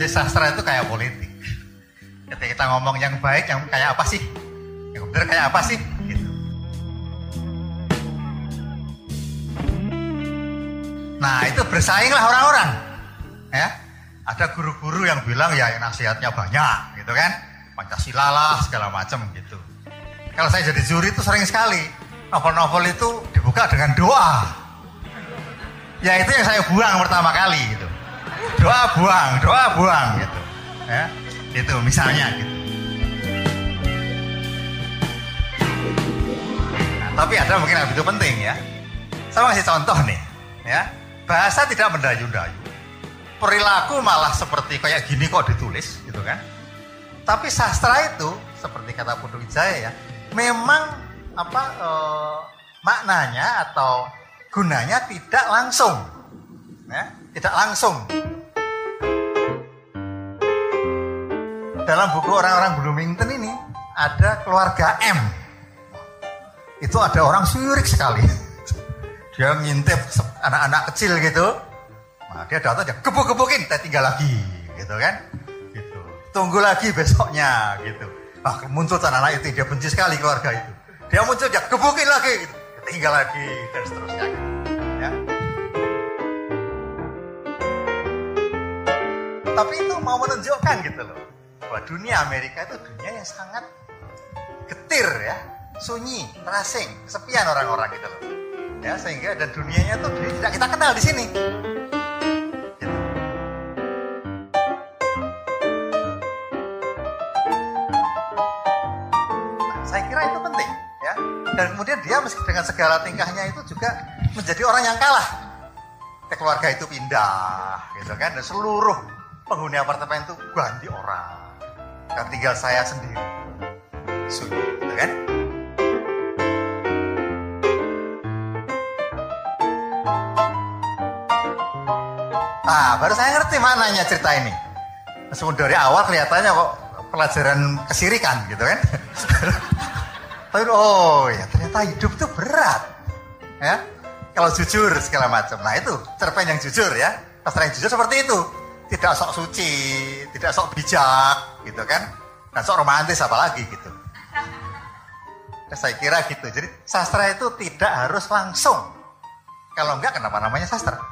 sastra itu kayak politik. Ketika kita ngomong yang baik, yang kayak apa sih? Yang benar kayak apa sih? Gitu. Nah itu bersainglah orang-orang. Ya, ada guru-guru yang bilang ya nasihatnya banyak, gitu kan? Pancasila lah segala macam gitu. Kalau saya jadi juri itu sering sekali novel-novel itu dibuka dengan doa. Ya itu yang saya buang pertama kali gitu. Doa buang gitu. Ya, itu misalnya gitu. Nah, tapi ada mungkin yang begitu penting ya. Saya kasih contoh nih, ya. Bahasa tidak mendayu-dayu. Perilaku malah seperti kayak gini kok ditulis gitu kan. Tapi sastra itu seperti kata Putu Wijaya ya, memang maknanya atau gunanya tidak langsung. Ya, tidak langsung. Dalam buku Orang-orang Bloomington ini ada keluarga M. Itu ada orang syirik sekali. Dia ngintip anak-anak kecil gitu. Nah, dia datang aja gebuk-gebukin, kita tinggal lagi gitu kan. Gitu. Tunggu lagi besoknya gitu. Ah, muncul anak-anak itu, dia benci sekali keluarga itu. Dia muncul, dia gebukin lagi gitu. Tinggal lagi dan seterusnya gitu. Ya. Tapi itu mau menunjukkan gitu loh, bahwa dunia Amerika itu dunia yang sangat getir ya, sunyi, terasing, kesepian orang-orang gitu loh. Ya, sehingga dan dunianya tuh tidak kita kenal di sini. Gitu. Nah, saya kira itu penting ya. Dan kemudian dia meski dengan segala tingkahnya itu juga menjadi orang yang kalah. Keluarga itu pindah gitu kan, dan seluruh penghuni apartemen itu ganti orang. Dan tinggal saya sendiri. Sunyi, gitu kan? Nah, baru saya ngerti maknanya cerita ini. Meskipun dari awal kelihatannya kok pelajaran kesirikan gitu kan. Tapi oh ya ternyata hidup itu berat. Ya. Kalau jujur segala macam. Nah itu cerpen yang jujur ya. Sastra yang jujur seperti itu. Tidak sok suci, tidak sok bijak gitu kan. Dan sok romantis apalagi gitu. Nah, saya kira gitu. Jadi sastra itu tidak harus langsung. Kalau enggak kenapa namanya sastra?